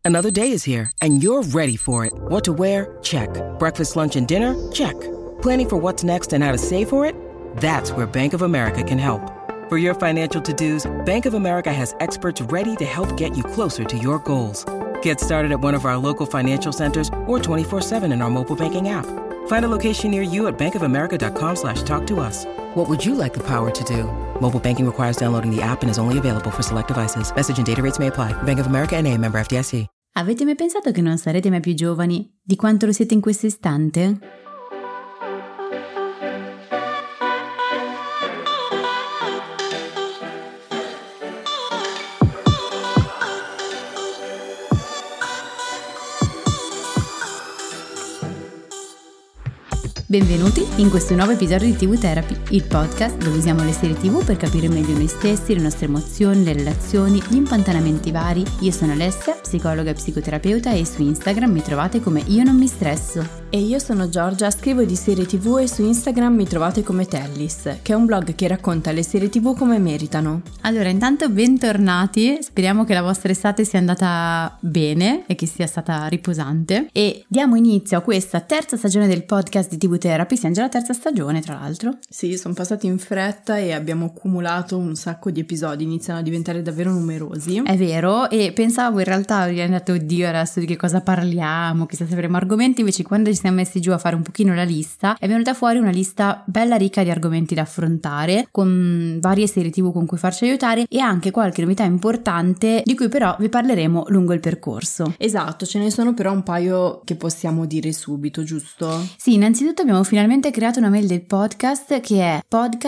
Another day is here, and you're ready for it. What to wear? Check. Breakfast, lunch, and dinner? Check. Planning for what's next and how to save for it? That's where Bank of America can help. For your financial to-dos, Bank of America has experts ready to help get you closer to your goals. Get started at one of our local financial centers or 24/7 in our mobile banking app. Find a location near you at bankofamerica.com/talktous. What would you like the power to do? Mobile banking requires downloading the app and is only available for select devices. Message and data rates may apply. Bank of America N.A., member FDIC. Avete mai pensato che non sarete mai più giovani di quanto lo siete in questo istante? Benvenuti in questo nuovo episodio di TV Therapy, il podcast dove usiamo le serie TV per capire meglio noi stessi, le nostre emozioni, le relazioni, gli impantanamenti vari. Io sono Alessia, psicologa e psicoterapeuta, e su Instagram mi trovate come Io non mi stresso. E io sono Giorgia, scrivo di serie TV e su Instagram mi trovate come Tellis, che è un blog che racconta le serie TV come meritano. Allora, intanto bentornati, speriamo che la vostra estate sia andata bene e che sia stata riposante. E diamo inizio a questa terza stagione del podcast di TV Therapy. Siamo già alla terza stagione, tra l'altro. Sì, sono passati in fretta e abbiamo accumulato un sacco di episodi, iniziano a diventare davvero numerosi. È vero, e pensavo in realtà, ho detto, oddio, adesso di che cosa parliamo, chissà se avremo argomenti, invece quando ci siamo messi giù a fare un pochino la lista è venuta fuori una lista bella ricca di argomenti da affrontare, con varie serie TV con cui farci aiutare e anche qualche novità importante di cui però vi parleremo lungo il percorso. Esatto, ce ne sono però un paio che possiamo dire subito, giusto? Sì, innanzitutto abbiamo finalmente creato una mail del podcast che è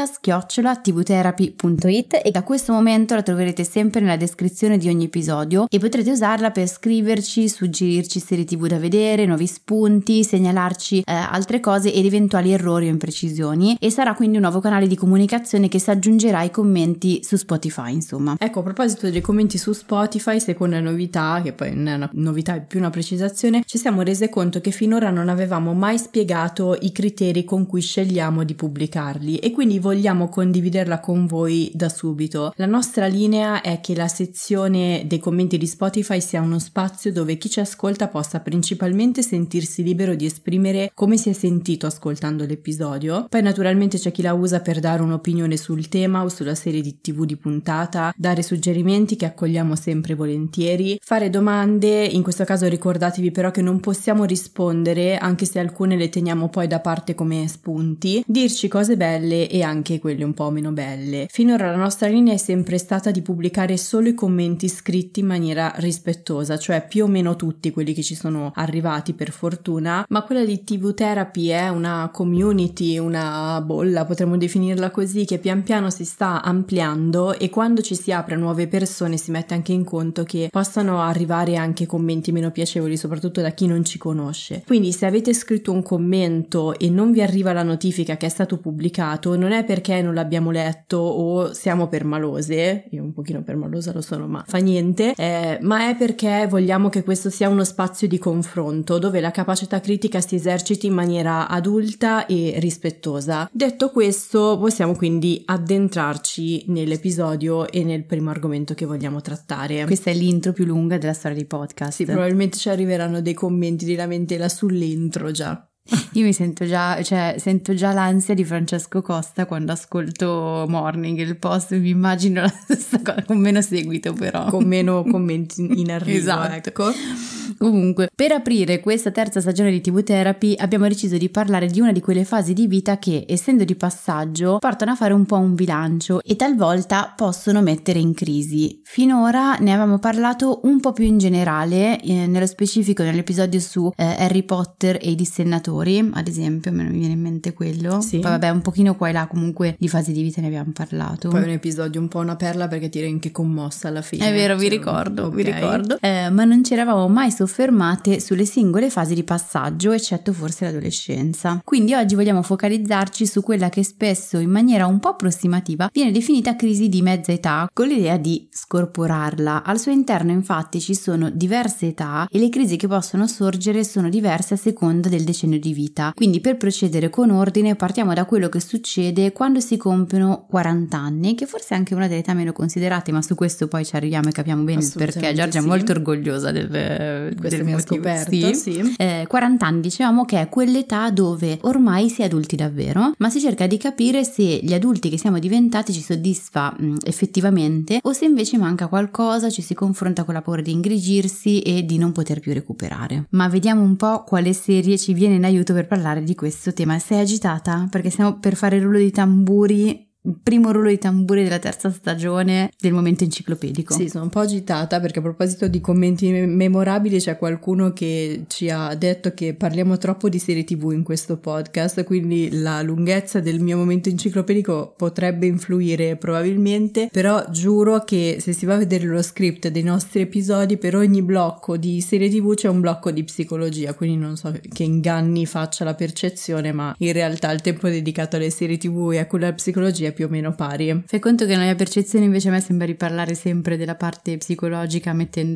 podcast@tvtherapy.it e da questo momento la troverete sempre nella descrizione di ogni episodio e potrete usarla per scriverci, suggerirci serie TV da vedere, nuovi spunti, segnalarci altre cose ed eventuali errori o imprecisioni, e sarà quindi un nuovo canale di comunicazione che si aggiungerà ai commenti su Spotify, insomma. Ecco, a proposito dei commenti su Spotify, seconda novità, che poi non è una novità, è più una precisazione, ci siamo rese conto che finora non avevamo mai spiegato i criteri con cui scegliamo di pubblicarli e quindi vogliamo condividerla con voi da subito. La nostra linea è che la sezione dei commenti di Spotify sia uno spazio dove chi ci ascolta possa principalmente sentirsi libero di esprimere come si è sentito ascoltando l'episodio. Poi naturalmente c'è chi la usa per dare un'opinione sul tema o sulla serie di TV di puntata, dare suggerimenti che accogliamo sempre volentieri, fare domande. In questo caso ricordatevi però che non possiamo rispondere, anche se alcune le teniamo poi da parte come spunti, dirci cose belle e anche quelle un po' meno belle. Finora la nostra linea è sempre stata di pubblicare solo i commenti scritti in maniera rispettosa, cioè più o meno tutti quelli che ci sono arrivati per fortuna, ma quella di TV Therapy è una community, una bolla, potremmo definirla così, che pian piano si sta ampliando e quando ci si apre a nuove persone si mette anche in conto che possano arrivare anche commenti meno piacevoli, soprattutto da chi non ci conosce. Quindi se avete scritto un commento e non vi arriva la notifica che è stato pubblicato, non è perché non l'abbiamo letto o siamo permalose, io un pochino permalosa lo sono ma fa niente, ma è perché vogliamo che questo sia uno spazio di confronto dove la capacità critica si eserciti in maniera adulta e rispettosa. Detto questo, possiamo quindi addentrarci nell'episodio e nel primo argomento che vogliamo trattare. Questa è l'intro più lunga della storia di podcast. Sì, probabilmente ci arriveranno dei commenti di lamentela sull'intro già. Io mi sento già, sento già l'ansia di Francesco Costa quando ascolto Morning, il post, mi immagino la stessa cosa, con meno seguito però. Con meno commenti in arrivo, esatto. Ecco. Comunque, per aprire questa terza stagione di TV Therapy abbiamo deciso di parlare di una di quelle fasi di vita che, essendo di passaggio, portano a fare un po' un bilancio e talvolta possono mettere in crisi. Finora ne avevamo parlato un po' più in generale, nello specifico nell'episodio su Harry Potter e i dissennatori, ad esempio, me ne viene in mente quello. Sì. Poi vabbè, un pochino qua e là comunque di fasi di vita ne abbiamo parlato. Poi un episodio un po' una perla perché ti eri anche commossa alla fine. È vero, vi ricordo, ma non ci eravamo mai soffermati soffermate sulle singole fasi di passaggio, eccetto forse l'adolescenza. Quindi oggi vogliamo focalizzarci su quella che spesso in maniera un po' approssimativa viene definita crisi di mezza età, con l'idea di scorporarla. Al suo interno infatti ci sono diverse età e le crisi che possono sorgere sono diverse a seconda del decennio di vita. Quindi per procedere con ordine partiamo da quello che succede quando si compiono 40 anni, che forse è anche una delle età meno considerate, ma su questo poi ci arriviamo e capiamo bene il perché. Giorgia è molto orgogliosa del mia scoperta. Sì. 40 anni dicevamo che è quell'età dove ormai si è adulti davvero, ma si cerca di capire se gli adulti che siamo diventati ci soddisfa effettivamente o se invece manca qualcosa, ci si confronta con la paura di ingrigirsi e di non poter più recuperare. Ma vediamo un po' quale serie ci viene in aiuto per parlare di questo tema. Sei agitata? Perché stiamo per fare il rullo di tamburi. Il primo rullo di tamburi della terza stagione del momento enciclopedico. Sì, sono un po' agitata perché a proposito di commenti memorabili c'è qualcuno che ci ha detto che parliamo troppo di serie TV in questo podcast, quindi la lunghezza del mio momento enciclopedico potrebbe influire probabilmente, però giuro che se si va a vedere lo script dei nostri episodi, per ogni blocco di serie TV c'è un blocco di psicologia, quindi non so che inganni faccia la percezione, ma in realtà il tempo dedicato alle serie TV e a quella psicologia è più o meno pari. Fai conto che la mia percezione invece a me sembra riparlare sempre della parte psicologica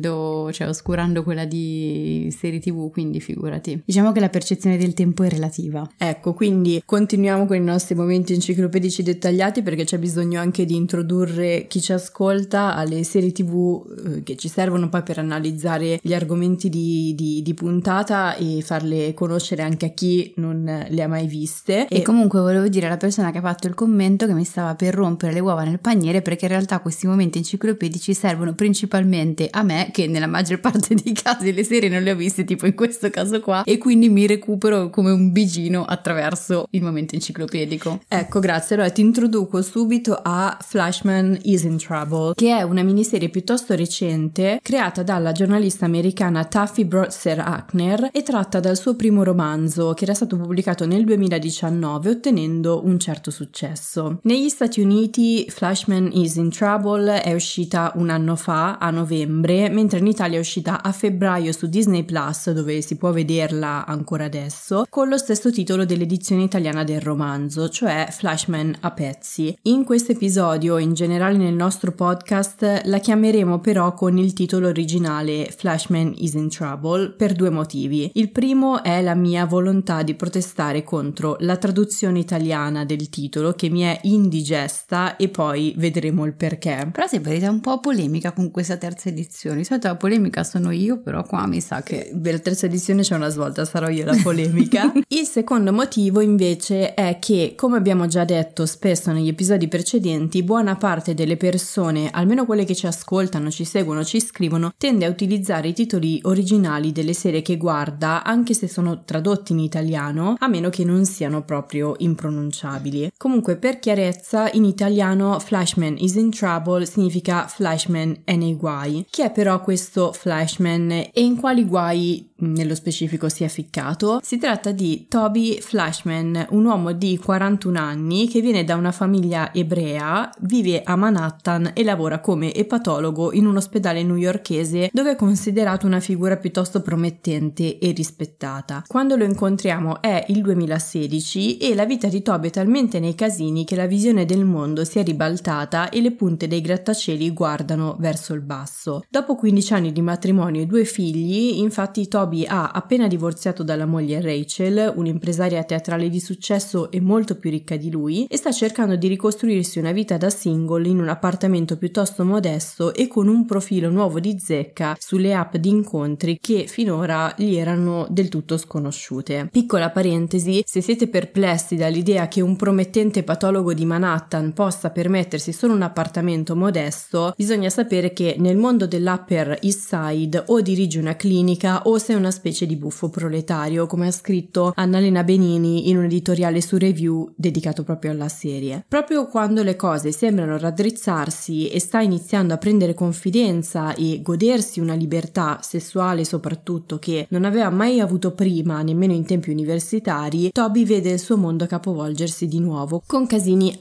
oscurando quella di serie TV, quindi figurati. Diciamo che la percezione del tempo è relativa. Ecco, quindi continuiamo con i nostri momenti enciclopedici dettagliati perché c'è bisogno anche di introdurre chi ci ascolta alle serie TV che ci servono poi per analizzare gli argomenti di puntata e farle conoscere anche a chi non le ha mai viste. E comunque volevo dire alla persona che ha fatto il commento che mi stava per rompere le uova nel paniere, perché in realtà questi momenti enciclopedici servono principalmente a me, che nella maggior parte dei casi le serie non le ho viste, tipo in questo caso qua, e quindi mi recupero come un bigino attraverso il momento enciclopedico. Ecco, grazie. Allora ti introduco subito a Flashman is in Trouble, che è una miniserie piuttosto recente creata dalla giornalista americana Taffy Brotzer-Ackner e tratta dal suo primo romanzo che era stato pubblicato nel 2019 ottenendo un certo successo. Negli Stati Uniti Flashman is in Trouble è uscita un anno fa, a novembre, mentre in Italia è uscita a febbraio su Disney Plus, dove si può vederla ancora adesso, con lo stesso titolo dell'edizione italiana del romanzo, cioè Flashman a pezzi. In questo episodio, in generale nel nostro podcast, la chiameremo però con il titolo originale Flashman is in Trouble per due motivi. Il primo è la mia volontà di protestare contro la traduzione italiana del titolo, che mi è indigesta, e poi vedremo il perché. Però sei verità un po' polemica con questa terza edizione. Di solito la polemica sono io, però qua mi sa che per la terza edizione c'è una svolta, sarò io la polemica. Il secondo motivo invece è che, come abbiamo già detto spesso negli episodi precedenti, buona parte delle persone, almeno quelle che ci ascoltano, ci seguono, ci scrivono, tende a utilizzare i titoli originali delle serie che guarda, anche se sono tradotti in italiano, a meno che non siano proprio impronunciabili. Comunque, per chiarezza, in italiano Flashman is in Trouble significa Flashman è nei guai. Chi è però questo Flashman e in quali guai nello specifico si è ficcato? Si tratta di Toby Flashman, un uomo di 41 anni che viene da una famiglia ebrea, vive a Manhattan e lavora come epatologo in un ospedale newyorkese dove è considerato una figura piuttosto promettente e rispettata. Quando lo incontriamo è il 2016 e la vita di Toby è talmente nei casini che la visione del mondo si è ribaltata e le punte dei grattacieli guardano verso il basso. Dopo 15 anni di matrimonio e 2 figli, infatti Toby ha appena divorziato dalla moglie Rachel, un'impresaria teatrale di successo e molto più ricca di lui, e sta cercando di ricostruirsi una vita da single in un appartamento piuttosto modesto e con un profilo nuovo di zecca sulle app di incontri che finora gli erano del tutto sconosciute. Piccola parentesi, se siete perplessi dall'idea che un promettente patologo di Manhattan possa permettersi solo un appartamento modesto, bisogna sapere che nel mondo dell'Upper East Side o dirigi una clinica o sei una specie di buffo proletario, come ha scritto Annalena Benini in un editoriale su Review dedicato proprio alla serie. Proprio quando le cose sembrano raddrizzarsi e sta iniziando a prendere confidenza e godersi una libertà sessuale soprattutto che non aveva mai avuto prima, nemmeno in tempi universitari, Toby vede il suo mondo capovolgersi di nuovo, con casini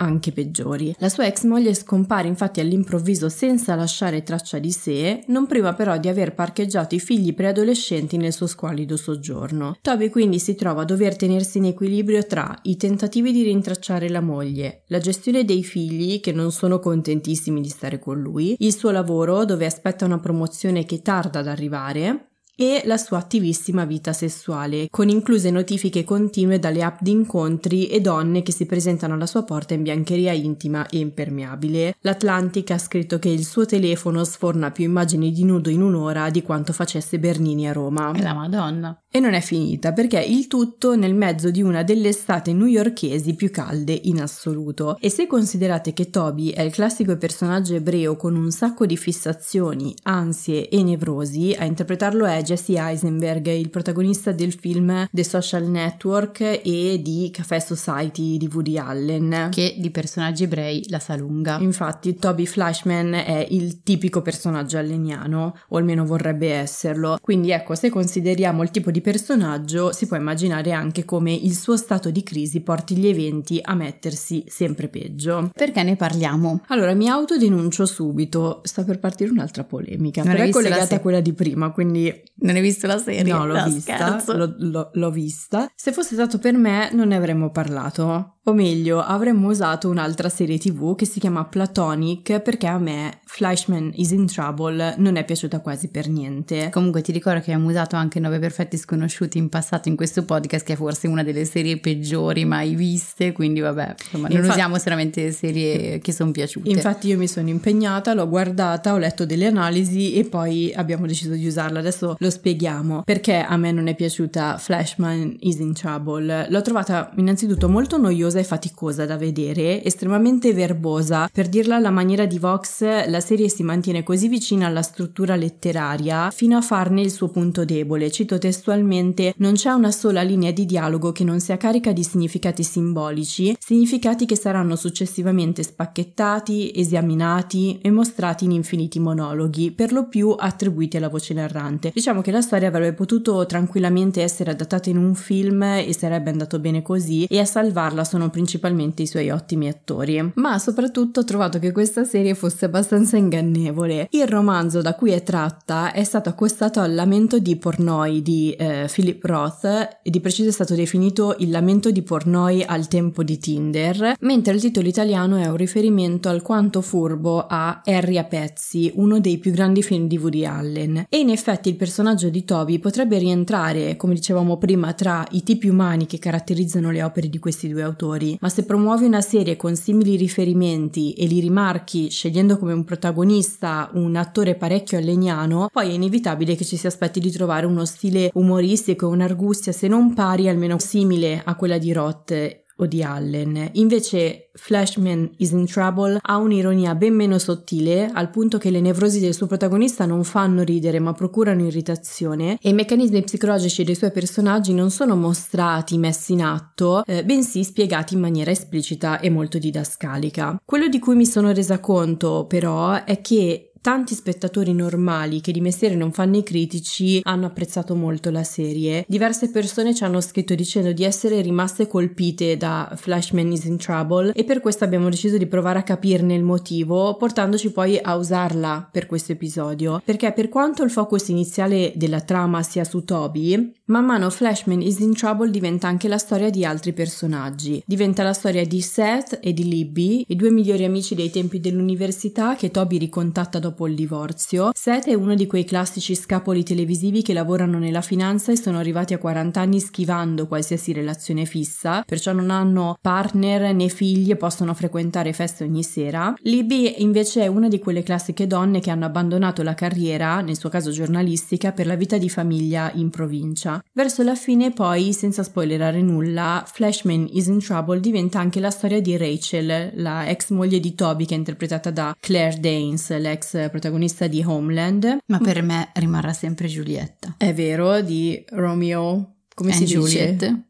anche peggiori. La sua ex moglie scompare infatti all'improvviso senza lasciare traccia di sé, non prima però di aver parcheggiato i figli preadolescenti nel suo squallido soggiorno. Toby quindi si trova a dover tenersi in equilibrio tra i tentativi di rintracciare la moglie, la gestione dei figli che non sono contentissimi di stare con lui, il suo lavoro dove aspetta una promozione che tarda ad arrivare e la sua attivissima vita sessuale, con incluse notifiche continue dalle app di incontri e donne che si presentano alla sua porta in biancheria intima e impermeabile. L'Atlantic ha scritto che il suo telefono sforna più immagini di nudo in un'ora di quanto facesse Bernini a Roma. La Madonna! E non è finita, perché il tutto nel mezzo di una delle estate newyorkesi più calde in assoluto. E se considerate che Toby è il classico personaggio ebreo con un sacco di fissazioni, ansie e nevrosi, a interpretarlo è Jesse Eisenberg, il protagonista del film The Social Network e di Café Society di Woody Allen, che di personaggi ebrei la sa lunga. Infatti Toby Flashman è il tipico personaggio alleniano, o almeno vorrebbe esserlo. Quindi ecco, se consideriamo il tipo di personaggio, si può immaginare anche come il suo stato di crisi porti gli eventi a mettersi sempre peggio. Perché ne parliamo? Allora, mi autodenuncio subito, sta per partire un'altra polemica, Non però hai è visto collegata a quella di prima, quindi... Non hai visto la serie? No, l'ho vista, l'ho vista. Se fosse stato per me non ne avremmo parlato. O meglio, avremmo usato un'altra serie TV che si chiama Platonic, perché a me Flashman is in Trouble non è piaciuta quasi per niente. Comunque ti ricordo che abbiamo usato anche 9 perfetti sconosciuti in passato in questo podcast, che è forse una delle serie peggiori mai viste, quindi vabbè, insomma, non usiamo solamente serie che sono piaciute. Infatti io mi sono impegnata, l'ho guardata, ho letto delle analisi e poi abbiamo deciso di usarla. Adesso lo spieghiamo perché a me non è piaciuta Flashman is in Trouble. L'ho trovata innanzitutto molto noiosa e faticosa da vedere, estremamente verbosa. Per dirla alla maniera di Vox, la serie si mantiene così vicina alla struttura letteraria fino a farne il suo punto debole. Cito testualmente: non c'è una sola linea di dialogo che non sia carica di significati simbolici, significati che saranno successivamente spacchettati, esaminati e mostrati in infiniti monologhi, per lo più attribuiti alla voce narrante. Diciamo che la storia avrebbe potuto tranquillamente essere adattata in un film e sarebbe andato bene così, e a salvarla sono principalmente i suoi ottimi attori. Ma soprattutto ho trovato che questa serie fosse abbastanza ingannevole. Il romanzo da cui è tratta è stato accostato al Lamento di Portnoy di Philip Roth, e di preciso è stato definito il Lamento di Portnoy al tempo di Tinder, mentre il titolo italiano è un riferimento al quanto furbo a Harry a pezzi, uno dei più grandi film di Woody Allen. E in effetti il personaggio di Toby potrebbe rientrare, come dicevamo prima, tra i tipi umani che caratterizzano le opere di questi due autori, ma se promuovi una serie con simili riferimenti e li rimarchi scegliendo come un protagonista un attore parecchio alleniano, poi è inevitabile che ci si aspetti di trovare uno stile umoristico e un'argustia se non pari almeno simile a quella di Roth o di Allen. Invece Flashman is in Trouble ha un'ironia ben meno sottile, al punto che le nevrosi del suo protagonista non fanno ridere ma procurano irritazione, e i meccanismi psicologici dei suoi personaggi non sono mostrati, messi in atto, bensì spiegati in maniera esplicita e molto didascalica. Quello di cui mi sono resa conto però è che tanti spettatori normali che di mestiere non fanno i critici hanno apprezzato molto la serie. Diverse persone ci hanno scritto dicendo di essere rimaste colpite da Flashman is in Trouble, e per questo abbiamo deciso di provare a capirne il motivo, portandoci poi a usarla per questo episodio. Perché per quanto il focus iniziale della trama sia su Toby, man mano Flashman is in Trouble diventa anche la storia di altri personaggi. Diventa la storia di Seth e di Libby, i due migliori amici dei tempi dell'università che Toby ricontatta dopo il divorzio. Seth è uno di quei classici scapoli televisivi che lavorano nella finanza e sono arrivati a 40 anni schivando qualsiasi relazione fissa, perciò non hanno partner né figli e possono frequentare feste ogni sera. Libby invece è una di quelle classiche donne che hanno abbandonato la carriera, nel suo caso giornalistica, per la vita di famiglia in provincia. Verso la fine poi, senza spoilerare nulla, Flashman is in Trouble diventa anche la storia di Rachel, la ex moglie di Toby, che è interpretata da Claire Danes, l'ex protagonista di Homeland. Ma per me rimarrà sempre Giulietta. È vero, di Romeo, come si Juliet. dice?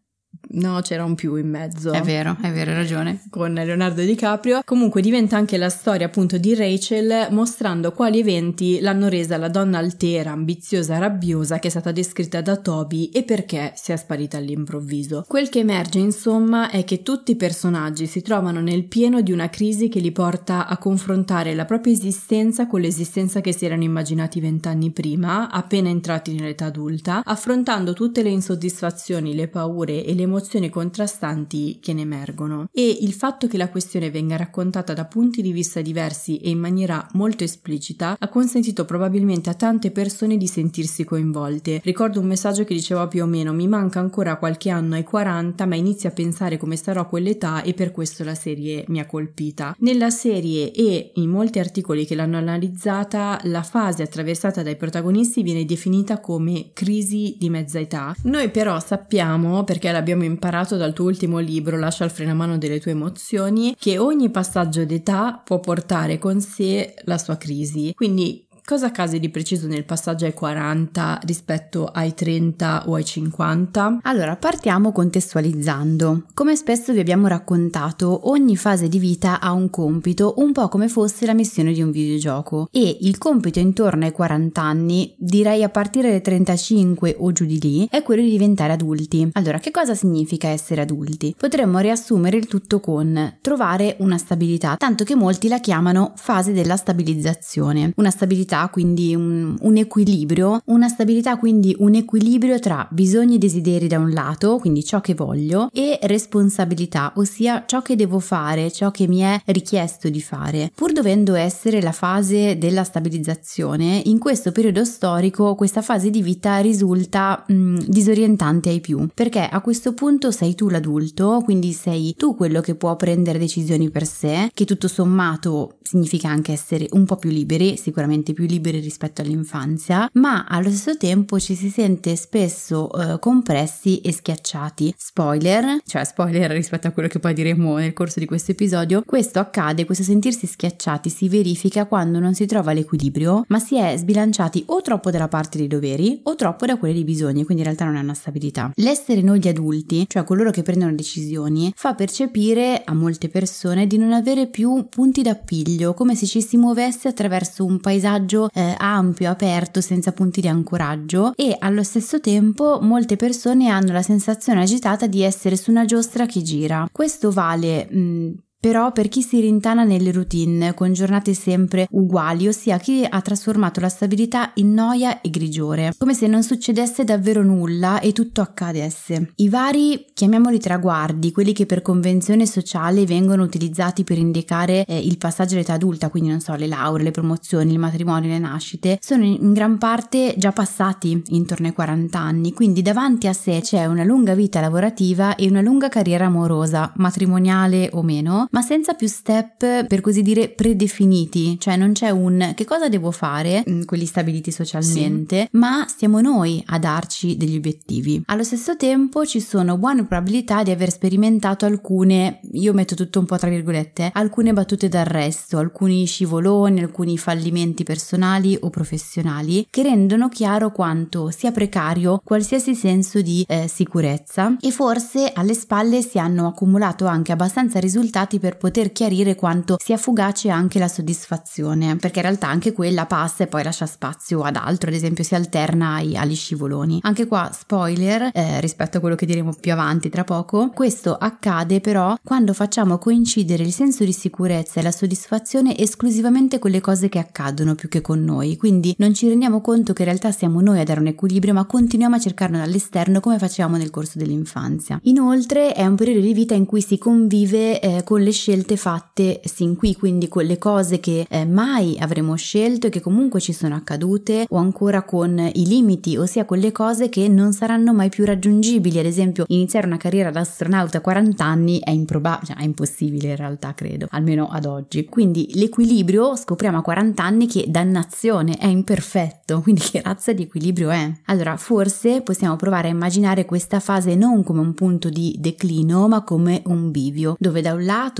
No, c'era un più in mezzo. È vero, hai ragione. Con Leonardo DiCaprio. Comunque diventa anche la storia appunto di Rachel, mostrando quali eventi l'hanno resa la donna altera, ambiziosa, rabbiosa che è stata descritta da Toby e perché sia sparita all'improvviso. Quel che emerge insomma è che tutti i personaggi si trovano nel pieno di una crisi che li porta a confrontare la propria esistenza con l'esistenza che si erano immaginati 20 anni prima, appena entrati nell'età adulta, affrontando tutte le insoddisfazioni, le paure e le emozioni contrastanti che ne emergono. E il fatto che la questione venga raccontata da punti di vista diversi e in maniera molto esplicita ha consentito probabilmente a tante persone di sentirsi coinvolte. Ricordo un messaggio che diceva più o meno: mi manca ancora qualche anno ai 40, ma inizio a pensare come starò a quell'età e per questo la serie mi ha colpita. Nella serie e in molti articoli che l'hanno analizzata, la fase attraversata dai protagonisti viene definita come crisi di mezza età. Noi però sappiamo, perché l'abbiamo imparato dal tuo ultimo libro Lascia il freno a mano delle tue emozioni, che ogni passaggio d'età può portare con sé la sua crisi. Quindi cosa accade di preciso nel passaggio ai 40 rispetto ai 30 o ai 50? Allora, partiamo contestualizzando. Come spesso vi abbiamo raccontato, ogni fase di vita ha un compito, un po' come fosse la missione di un videogioco, e il compito intorno ai 40 anni, direi a partire dai 35 o giù di lì, è quello di diventare adulti. Allora, che cosa significa essere adulti? Potremmo riassumere il tutto con trovare una stabilità, tanto che molti la chiamano fase della stabilizzazione. Una stabilità, quindi un equilibrio, una stabilità, quindi un equilibrio tra bisogni e desideri da un lato, quindi ciò che voglio, e responsabilità, ossia ciò che devo fare, ciò che mi è richiesto di fare. Pur dovendo essere la fase della stabilizzazione, in questo periodo storico questa fase di vita risulta disorientante ai più, perché a questo punto sei tu l'adulto, quindi sei tu quello che può prendere decisioni per sé, che tutto sommato significa anche essere un po' più liberi, sicuramente più liberi rispetto all'infanzia, ma allo stesso tempo ci si sente spesso compressi e schiacciati. Spoiler rispetto a quello che poi diremo nel corso di questo episodio, questo accade, questo sentirsi schiacciati si verifica quando non si trova l'equilibrio, ma si è sbilanciati o troppo dalla parte dei doveri o troppo da quelle dei bisogni, quindi in realtà non è una stabilità. L'essere noi gli adulti, cioè coloro che prendono decisioni, fa percepire a molte persone di non avere più punti d'appiglio, come se ci si muovesse attraverso un paesaggio ampio, aperto, senza punti di ancoraggio, e allo stesso tempo molte persone hanno la sensazione agitata di essere su una giostra che gira. Questo vale però per chi si rintana nelle routine, con giornate sempre uguali, ossia chi ha trasformato la stabilità in noia e grigiore, come se non succedesse davvero nulla e tutto accadesse. I vari, chiamiamoli traguardi, quelli che per convenzione sociale vengono utilizzati per indicare il passaggio all'età adulta, quindi non so, le lauree, le promozioni, il matrimonio, le nascite, sono in gran parte già passati intorno ai 40 anni, quindi davanti a sé c'è una lunga vita lavorativa e una lunga carriera amorosa, matrimoniale o meno, ma senza più step, per così dire, predefiniti, cioè non c'è un che cosa devo fare, quelli stabiliti socialmente, sì, ma siamo noi a darci degli obiettivi. Allo stesso tempo ci sono buone probabilità di aver sperimentato alcune, io metto tutto un po' tra virgolette, alcune battute d'arresto, alcuni scivoloni, alcuni fallimenti personali o professionali che rendono chiaro quanto sia precario qualsiasi senso di sicurezza, e forse alle spalle si hanno accumulato anche abbastanza risultati per poter chiarire quanto sia fugace anche la soddisfazione, perché in realtà anche quella passa e poi lascia spazio ad altro, ad esempio si alterna agli scivoloni. Anche qua spoiler rispetto a quello che diremo più avanti tra poco, questo accade però quando facciamo coincidere il senso di sicurezza e la soddisfazione esclusivamente con le cose che accadono più che con noi, quindi non ci rendiamo conto che in realtà siamo noi a dare un equilibrio, ma continuiamo a cercarlo dall'esterno come facevamo nel corso dell'infanzia. Inoltre è un periodo di vita in cui si convive con le scelte fatte sin qui, quindi con le cose che mai avremmo scelto e che comunque ci sono accadute, o ancora con i limiti, ossia con le cose che non saranno mai più raggiungibili. Ad esempio, iniziare una carriera da astronauta a 40 anni è improbabile, cioè è impossibile in realtà, credo, almeno ad oggi. Quindi l'equilibrio scopriamo a 40 anni che dannazione è imperfetto, quindi che razza di equilibrio è? Allora forse possiamo provare a immaginare questa fase non come un punto di declino, ma come un bivio, dove da un lato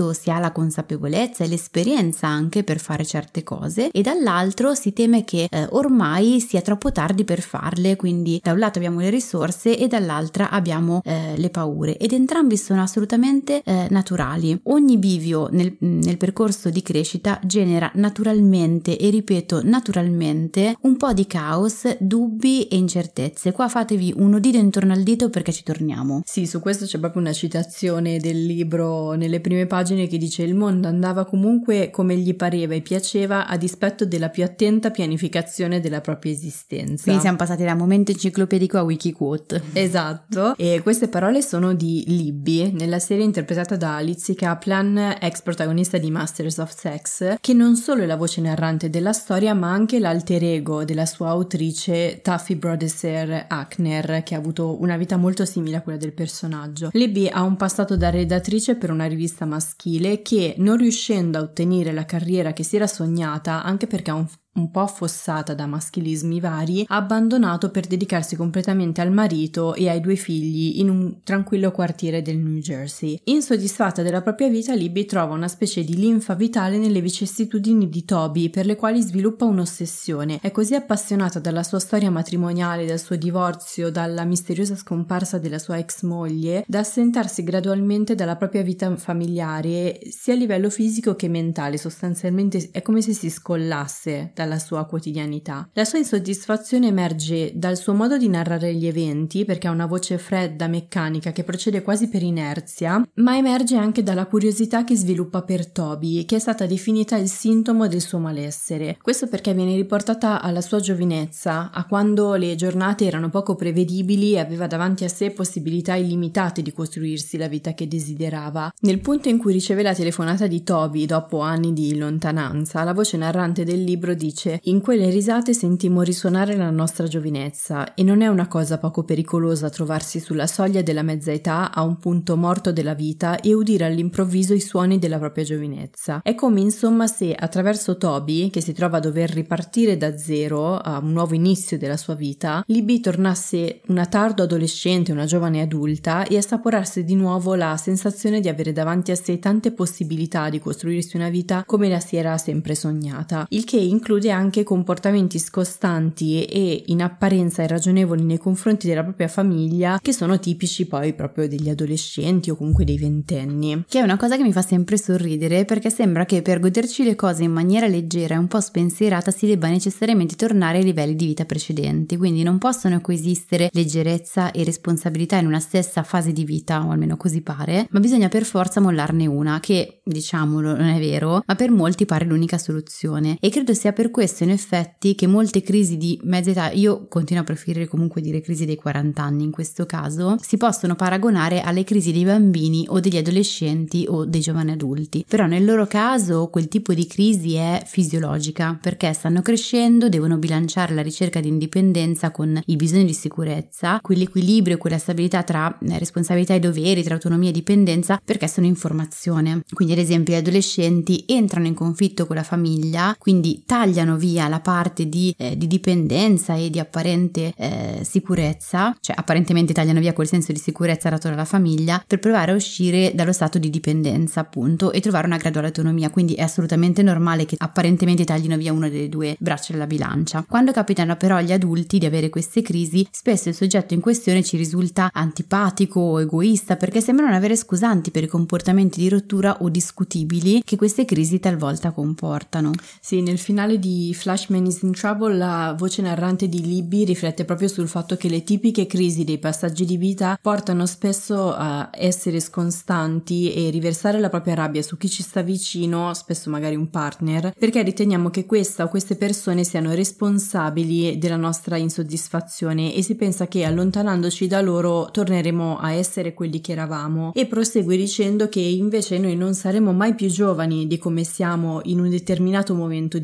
lato si ha la consapevolezza e l'esperienza anche per fare certe cose, e dall'altro si teme che ormai sia troppo tardi per farle, quindi da un lato abbiamo le risorse e dall'altra abbiamo le paure, ed entrambi sono assolutamente naturali. Ogni bivio nel percorso di crescita genera naturalmente, e ripeto naturalmente, un po' di caos, dubbi e incertezze. Qua fatevi uno dito intorno al dito perché ci torniamo. Sì, su questo c'è proprio una citazione del libro nelle prime pagine che dice: il mondo andava comunque come gli pareva e piaceva a dispetto della più attenta pianificazione della propria esistenza. Quindi siamo passati da momento enciclopedico a Wikiquote. Esatto, e queste parole sono di Libby nella serie interpretata da Lizzie Kaplan, ex protagonista di Masters of Sex, che non solo è la voce narrante della storia ma anche l'alter ego della sua autrice Taffy Brodesser Akner, che ha avuto una vita molto simile a quella del personaggio. Libby ha un passato da redattrice per una rivista maschile che, non riuscendo a ottenere la carriera che si era sognata, anche perché ha un po' affossata da maschilismi vari, ha abbandonato per dedicarsi completamente al marito e ai 2 figli in un tranquillo quartiere del New Jersey. Insoddisfatta della propria vita, Libby trova una specie di linfa vitale nelle vicissitudini di Toby, per le quali sviluppa un'ossessione. È così appassionata dalla sua storia matrimoniale, dal suo divorzio, dalla misteriosa scomparsa della sua ex moglie, da assentarsi gradualmente dalla propria vita familiare, sia a livello fisico che mentale. Sostanzialmente è come se si scollasse dalla sua quotidianità. La sua insoddisfazione emerge dal suo modo di narrare gli eventi, perché ha una voce fredda, meccanica, che procede quasi per inerzia, ma emerge anche dalla curiosità che sviluppa per Toby, che è stata definita il sintomo del suo malessere. Questo perché viene riportata alla sua giovinezza, a quando le giornate erano poco prevedibili e aveva davanti a sé possibilità illimitate di costruirsi la vita che desiderava. Nel punto in cui riceve la telefonata di Toby dopo anni di lontananza, la voce narrante del libro dice: in quelle risate sentimmo risuonare la nostra giovinezza, e non è una cosa poco pericolosa trovarsi sulla soglia della mezza età a un punto morto della vita e udire all'improvviso i suoni della propria giovinezza. È come insomma se attraverso Toby, che si trova a dover ripartire da zero a un nuovo inizio della sua vita, Libby tornasse una tardo adolescente, una giovane adulta, e assaporarsi di nuovo la sensazione di avere davanti a sé tante possibilità di costruirsi una vita come la si era sempre sognata, il che include anche comportamenti scostanti e in apparenza irragionevoli nei confronti della propria famiglia, che sono tipici poi proprio degli adolescenti o comunque dei ventenni. Che è una cosa che mi fa sempre sorridere, perché sembra che per goderci le cose in maniera leggera e un po' spensierata si debba necessariamente tornare ai livelli di vita precedenti, quindi non possono coesistere leggerezza e responsabilità in una stessa fase di vita, o almeno così pare, ma bisogna per forza mollarne una, che, diciamolo, non è vero, ma per molti pare l'unica soluzione. E credo sia per questo in effetti che molte crisi di mezza età, io continuo a preferire comunque dire crisi dei 40 anni in questo caso, si possono paragonare alle crisi dei bambini o degli adolescenti o dei giovani adulti, però nel loro caso quel tipo di crisi è fisiologica, perché stanno crescendo, devono bilanciare la ricerca di indipendenza con i bisogni di sicurezza, quell'equilibrio, quella stabilità tra responsabilità e doveri, tra autonomia e dipendenza, perché sono in formazione. Quindi ad esempio gli adolescenti entrano in conflitto con la famiglia, quindi tagliano via la parte di dipendenza e di apparente sicurezza, cioè apparentemente tagliano via quel senso di sicurezza dato dalla famiglia per provare a uscire dallo stato di dipendenza, appunto, e trovare una graduale autonomia. Quindi è assolutamente normale che apparentemente taglino via una delle 2 braccia della bilancia. Quando capitano però agli adulti di avere queste crisi, spesso il soggetto in questione ci risulta antipatico o egoista, perché sembra non avere scusanti per i comportamenti di rottura o discutibili che queste crisi talvolta comportano. Sì, nel finale di Flashman is in Trouble la voce narrante di Libby riflette proprio sul fatto che le tipiche crisi dei passaggi di vita portano spesso a essere sconstanti e riversare la propria rabbia su chi ci sta vicino, spesso magari un partner, perché riteniamo che questa o queste persone siano responsabili della nostra insoddisfazione e si pensa che allontanandoci da loro torneremo a essere quelli che eravamo, e prosegue dicendo che invece noi non saremo mai più giovani di come siamo in un determinato momento di vita,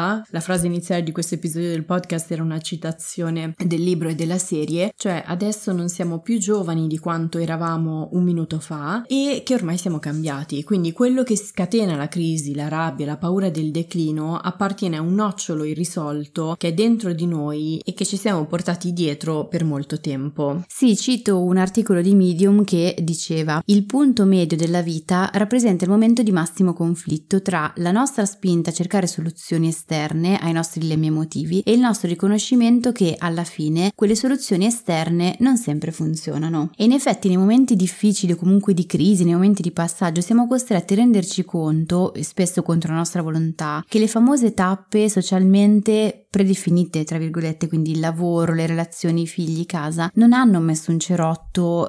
vita, la frase iniziale di questo episodio del podcast era una citazione del libro e della serie, cioè adesso non siamo più giovani di quanto eravamo un minuto fa e che ormai siamo cambiati, quindi quello che scatena la crisi, la rabbia, la paura del declino appartiene a un nocciolo irrisolto che è dentro di noi e che ci siamo portati dietro per molto tempo. Sì, cito un articolo di Medium che diceva: il punto medio della vita rappresenta il momento di massimo conflitto tra la nostra spinta a cercare soluzioni esterne ai nostri dilemmi emotivi e il nostro riconoscimento che alla fine quelle soluzioni esterne non sempre funzionano. E in effetti nei momenti difficili o comunque di crisi, nei momenti di passaggio, siamo costretti a renderci conto, e spesso contro la nostra volontà, che le famose tappe socialmente predefinite, tra virgolette, quindi il lavoro, le relazioni, i figli, casa, non hanno messo un cerotto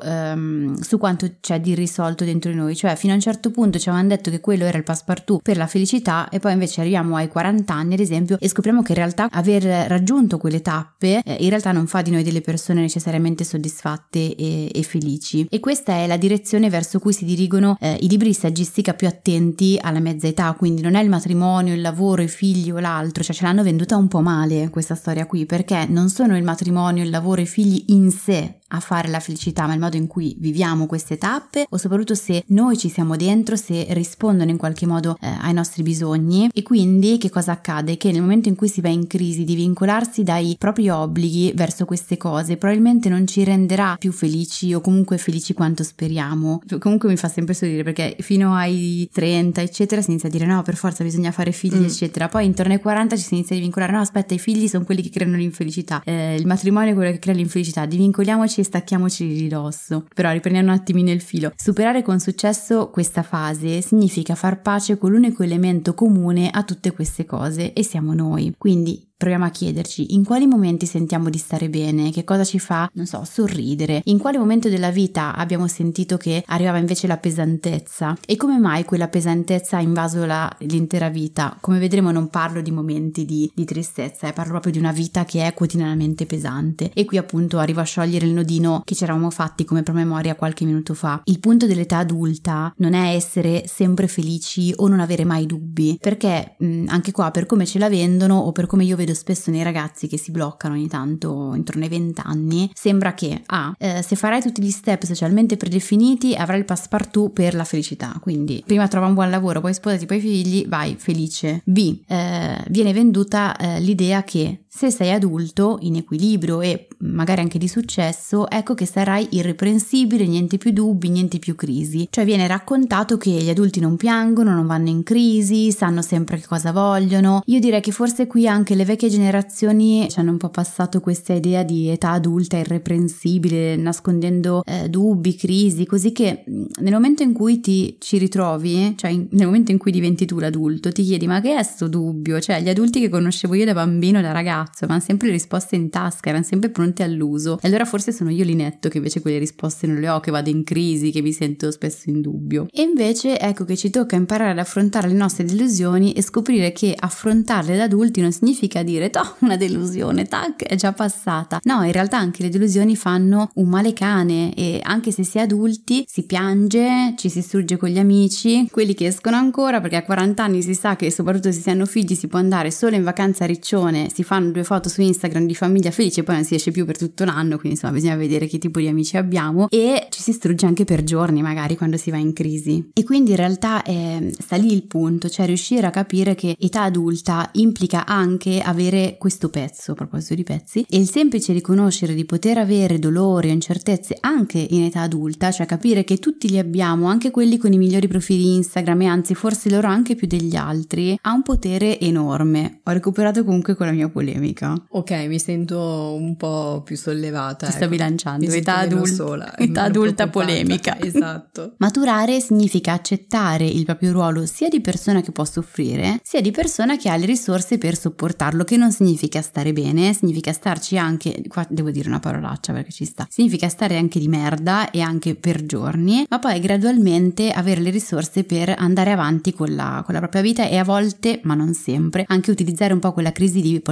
su quanto c'è di irrisolto dentro di noi. Cioè fino a un certo punto ci avevano detto che quello era il passepartout per la felicità e poi invece arriviamo ai 40 anni ad esempio e scopriamo che in realtà aver raggiunto quelle tappe in realtà non fa di noi delle persone necessariamente soddisfatte e felici. E questa è la direzione verso cui si dirigono i libri di saggistica più attenti alla mezza età, quindi non è il matrimonio, il lavoro, i figli o l'altro, cioè ce l'hanno venduta un po' male questa storia qui, perché non sono il matrimonio, il lavoro, i figli in sé a fare la felicità, ma il modo in cui viviamo queste tappe, o soprattutto se noi ci siamo dentro, se rispondono in qualche modo ai nostri bisogni. E quindi che cosa accade? Che nel momento in cui si va in crisi, di vincolarsi dai propri obblighi verso queste cose probabilmente non ci renderà più felici o comunque felici quanto speriamo. Comunque mi fa sempre sorridere perché fino ai 30 eccetera si inizia a dire no, per forza bisogna fare figli eccetera, poi intorno ai 40 ci si inizia a vincolare, no aspetta, i figli sono quelli che creano l'infelicità, il matrimonio è quello che crea l'infelicità, divincoliamoci e stacchiamoci di ridosso. Però riprendiamo un attimino il filo. Superare con successo questa fase significa far pace con l'unico elemento comune a tutte queste cose, e siamo noi. Quindi proviamo a chiederci in quali momenti sentiamo di stare bene, che cosa ci fa, non so, sorridere, in quale momento della vita abbiamo sentito che arrivava invece la pesantezza e come mai quella pesantezza ha invaso l'intera vita. Come vedremo non parlo di momenti di tristezza, parlo proprio di una vita che è quotidianamente pesante. E qui appunto arrivo a sciogliere il nodino che ci eravamo fatti come promemoria qualche minuto fa. Il punto dell'età adulta non è essere sempre felici o non avere mai dubbi, perché anche qua per come ce la vendono o per come io vedo spesso nei ragazzi che si bloccano ogni tanto intorno ai 20 anni, sembra che se farai tutti gli step socialmente predefiniti avrai il passepartout per la felicità, quindi prima trova un buon lavoro, poi sposati, poi figli, vai felice. B, viene venduta l'idea che se sei adulto, in equilibrio e magari anche di successo, ecco che sarai irreprensibile, niente più dubbi, niente più crisi. Cioè viene raccontato che gli adulti non piangono, non vanno in crisi, sanno sempre che cosa vogliono. Io direi che forse qui anche le vecchie generazioni ci hanno un po' passato questa idea di età adulta irreprensibile, nascondendo dubbi, crisi, così che nel momento in cui ci ritrovi, cioè nel momento in cui diventi tu l'adulto, ti chiedi ma che è sto dubbio? Cioè gli adulti che conoscevo io da bambino, da ragazzo, avevano sempre le risposte in tasca, erano sempre pronti all'uso, e allora forse sono io Linetto che invece quelle risposte non le ho, che vado in crisi, che mi sento spesso in dubbio. E invece ecco che ci tocca imparare ad affrontare le nostre delusioni e scoprire che affrontarle da adulti non significa dire toh, una delusione, tac, è già passata. No, in realtà anche le delusioni fanno un male cane, e anche se si è adulti si piange, ci si strugge con gli amici, quelli che escono ancora, perché a 40 anni si sa che soprattutto se si hanno figli si può andare solo in vacanza a Riccione, si fanno 2 foto su Instagram di famiglia felice e poi non si esce più per tutto l'anno, quindi insomma bisogna vedere che tipo di amici abbiamo, e ci si strugge anche per giorni magari quando si va in crisi. E quindi in realtà sta lì il punto, cioè riuscire a capire che età adulta implica anche avere questo pezzo, a proposito di pezzi, e il semplice riconoscere di poter avere dolori o incertezze anche in età adulta, cioè capire che tutti li abbiamo, anche quelli con i migliori profili Instagram, e anzi forse loro anche più degli altri, ha un potere enorme. Ho recuperato comunque con la mia polemica. Ok, mi sento un po' più sollevata. Ti sto bilanciando, età adulta polemica. Esatto. Maturare significa accettare il proprio ruolo sia di persona che può soffrire, sia di persona che ha le risorse per sopportarlo, che non significa stare bene, significa starci anche, qua devo dire una parolaccia perché ci sta, significa stare anche di merda e anche per giorni, ma poi gradualmente avere le risorse per andare avanti con la propria vita, e a volte, ma non sempre, anche utilizzare un po' quella crisi di portarsi a casa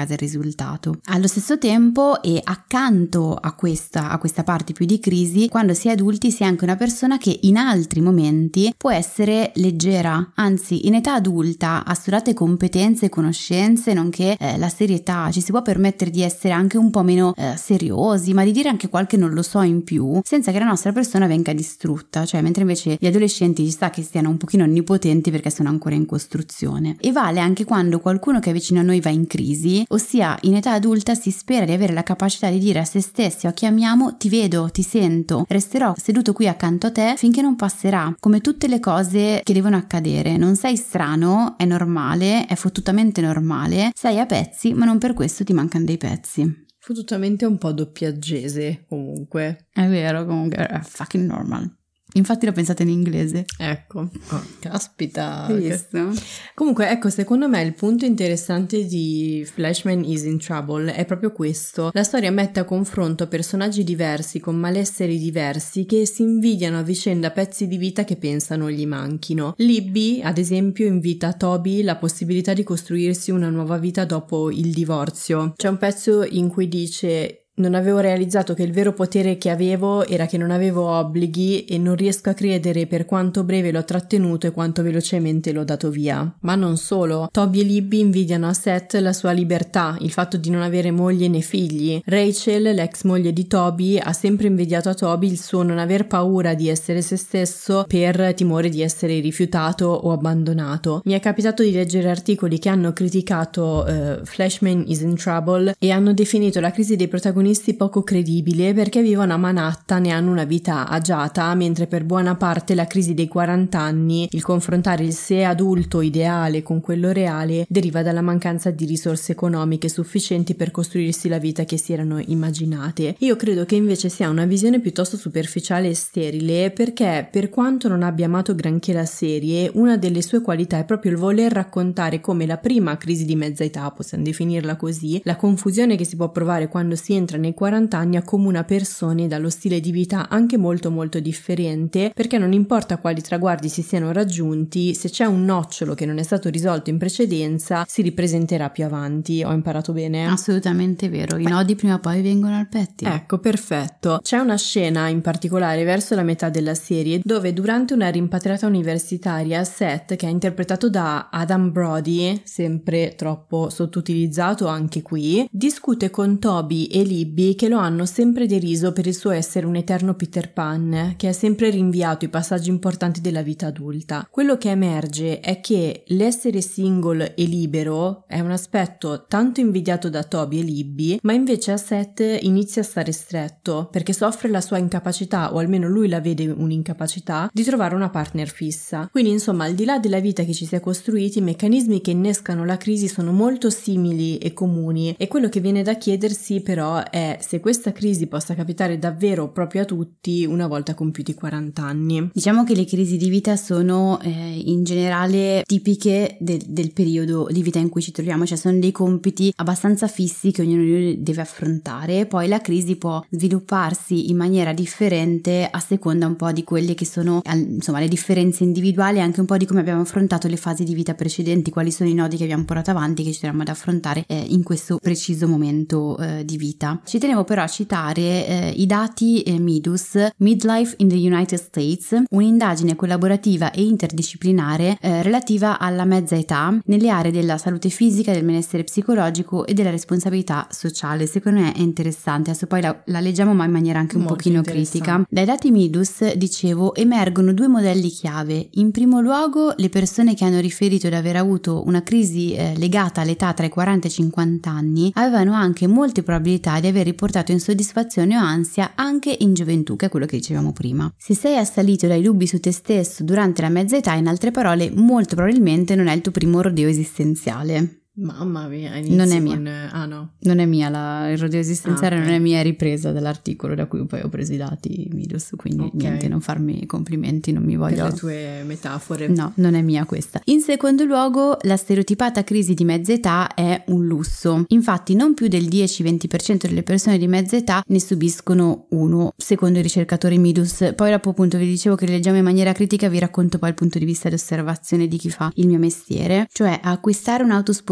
casa il risultato. Allo stesso tempo e accanto a questa parte più di crisi, quando si è adulti si è anche una persona che in altri momenti può essere leggera, anzi in età adulta ha studiate competenze e conoscenze nonché la serietà, ci si può permettere di essere anche un po' meno seriosi, ma di dire anche qualche non lo so in più senza che la nostra persona venga distrutta, cioè mentre invece gli adolescenti ci sta che stiano un pochino onnipotenti perché sono ancora in costruzione. E vale anche quando qualcuno che è vicino a noi va in crisi, ossia in età adulta si spera di avere la capacità di dire a se stessi o a chi amiamo: ti vedo, ti sento, resterò seduto qui accanto a te finché non passerà. Come tutte le cose che devono accadere, non sei strano, è normale, è fottutamente normale, sei a pezzi ma non per questo ti mancano dei pezzi. Fottutamente un po' doppiaggese comunque. È vero, comunque è fucking normal. Infatti lo pensate in inglese. Ecco, oh, caspita. Hai visto? Comunque, ecco, secondo me il punto interessante di Flashman is in Trouble è proprio questo. La storia mette a confronto personaggi diversi con malesseri diversi che si invidiano a vicenda pezzi di vita che pensano gli manchino. Libby, ad esempio, invita a Toby la possibilità di costruirsi una nuova vita dopo il divorzio. C'è un pezzo in cui dice: non avevo realizzato che il vero potere che avevo era che non avevo obblighi e non riesco a credere per quanto breve l'ho trattenuto e quanto velocemente l'ho dato via. Ma non solo. Toby e Libby invidiano a Seth la sua libertà, il fatto di non avere moglie né figli. Rachel, l'ex moglie di Toby, ha sempre invidiato a Toby il suo non aver paura di essere se stesso per timore di essere rifiutato o abbandonato. Mi è capitato di leggere articoli che hanno criticato Flashman is in Trouble e hanno definito la crisi dei protagonisti poco credibile perché vivono a Manhattan e hanno una vita agiata, mentre per buona parte la crisi dei 40 anni, il confrontare il sé adulto ideale con quello reale, deriva dalla mancanza di risorse economiche sufficienti per costruirsi la vita che si erano immaginate. Io credo che invece sia una visione piuttosto superficiale e sterile, perché per quanto non abbia amato granché la serie, una delle sue qualità è proprio il voler raccontare come la prima crisi di mezza età, possiamo definirla così, la confusione che si può provare quando si entra nei 40 anni accomuna persone dallo stile di vita anche molto molto differente, perché non importa quali traguardi si siano raggiunti, se c'è un nocciolo che non è stato risolto in precedenza si ripresenterà più avanti. Ho imparato bene? Assolutamente vero, i nodi prima o poi vengono al pettine. Ecco, perfetto. C'è una scena in particolare verso la metà della serie dove durante una rimpatriata universitaria Seth, che è interpretato da Adam Brody, sempre troppo sottoutilizzato anche qui, discute con Toby e Libby che lo hanno sempre deriso per il suo essere un eterno Peter Pan, che ha sempre rinviato i passaggi importanti della vita adulta. Quello che emerge è che l'essere single e libero è un aspetto tanto invidiato da Toby e Libby, ma invece a Seth inizia a stare stretto, perché soffre la sua incapacità, o almeno lui la vede un'incapacità, di trovare una partner fissa. Quindi insomma, al di là della vita che ci si è costruiti, i meccanismi che innescano la crisi sono molto simili e comuni, e quello che viene da chiedersi però è se questa crisi possa capitare davvero proprio a tutti una volta compiuti 40 anni. Diciamo che le crisi di vita sono in generale tipiche del periodo di vita in cui ci troviamo, cioè sono dei compiti abbastanza fissi che ognuno di noi deve affrontare. Poi la crisi può svilupparsi in maniera differente a seconda un po' di quelle che sono insomma le differenze individuali, anche un po' di come abbiamo affrontato le fasi di vita precedenti, quali sono i nodi che abbiamo portato avanti, che ci troviamo ad affrontare in questo preciso momento di vita. Ci tenevo però a citare i dati Midus, Midlife in the United States, un'indagine collaborativa e interdisciplinare relativa alla mezza età nelle aree della salute fisica, del benessere psicologico e della responsabilità sociale. Secondo me è interessante, adesso poi la leggiamo ma in maniera anche un pochino critica. Dai dati Midus, dicevo, emergono due modelli chiave. In primo luogo, le persone che hanno riferito di aver avuto una crisi legata all'età tra i 40 e i 50 anni avevano anche molte probabilità di aver riportato insoddisfazione o ansia anche in gioventù, che è quello che dicevamo prima. Se sei assalito dai dubbi su te stesso durante la mezza età, in altre parole, molto probabilmente non è il tuo primo rodeo esistenziale. Mamma mia, non è mia. No. Non è mia, il rodeo esistenziale okay. Non è mia, è ripresa dall'articolo da cui poi ho preso i dati Midus, quindi okay. Niente, non farmi complimenti, non mi voglio... Per le tue metafore. No, non è mia questa. In secondo luogo, la stereotipata crisi di mezza età è un lusso. Infatti non più del 10-20% delle persone di mezza età ne subiscono uno, secondo i ricercatori Midus. Poi dopo appunto vi dicevo che le leggiamo in maniera critica, vi racconto poi il punto di vista di osservazione di chi fa il mio mestiere, cioè acquistare un'auto sportiva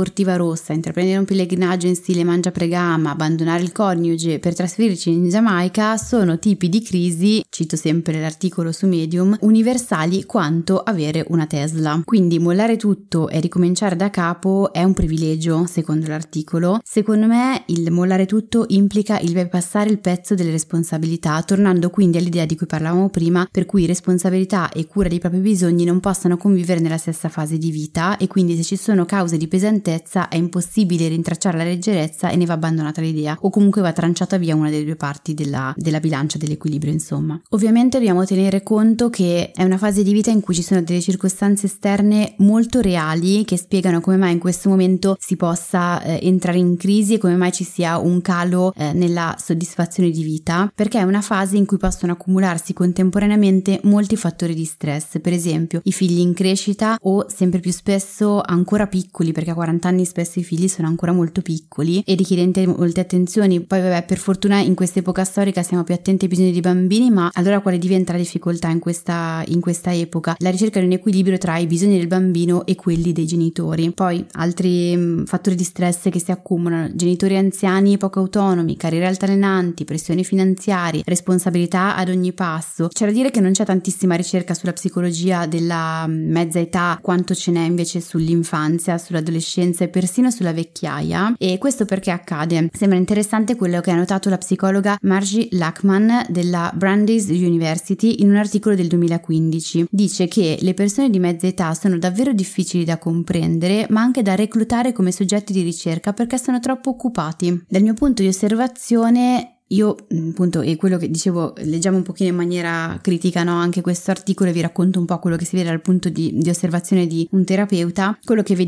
sportiva rossa, intraprendere un pellegrinaggio in stile Mangiapregama, abbandonare il coniuge per trasferirci in Giamaica sono tipi di crisi, cito sempre l'articolo su Medium, universali quanto avere una Tesla. Quindi mollare tutto e ricominciare da capo è un privilegio, secondo l'articolo. Secondo me il mollare tutto implica il bypassare il pezzo delle responsabilità, tornando quindi all'idea di cui parlavamo prima, per cui responsabilità e cura dei propri bisogni non possano convivere nella stessa fase di vita, e quindi se ci sono cause di pesantezza è impossibile rintracciare la leggerezza e ne va abbandonata l'idea, o comunque va tranciata via una delle due parti della bilancia dell'equilibrio, insomma. Ovviamente dobbiamo tenere conto che è una fase di vita in cui ci sono delle circostanze esterne molto reali che spiegano come mai in questo momento si possa entrare in crisi e come mai ci sia un calo nella soddisfazione di vita, perché è una fase in cui possono accumularsi contemporaneamente molti fattori di stress, per esempio i figli in crescita o sempre più spesso ancora piccoli, perché a 40 anni spesso i figli sono ancora molto piccoli e richiedenti molte attenzioni. Poi vabbè, per fortuna in questa epoca storica siamo più attenti ai bisogni dei bambini, ma allora quale diventa la difficoltà in questa epoca? La ricerca di un equilibrio tra i bisogni del bambino e quelli dei genitori. Poi altri fattori di stress che si accumulano: genitori anziani e poco autonomi, carriere altalenanti, pressioni finanziarie, responsabilità ad ogni passo. C'è da dire che non c'è tantissima ricerca sulla psicologia della mezza età quanto ce n'è invece sull'infanzia, sull'adolescenza e persino sulla vecchiaia. E questo perché accade? Sembra interessante quello che ha notato la psicologa Margie Lachman della Brandeis University in un articolo del 2015. Dice che le persone di mezza età sono davvero difficili da comprendere, ma anche da reclutare come soggetti di ricerca perché sono troppo occupati. Dal mio punto di osservazione, io appunto, e quello che dicevo, leggiamo un pochino in maniera critica, no, anche questo articolo, e vi racconto un po' quello che si vede dal punto di osservazione di un terapeuta. Quello che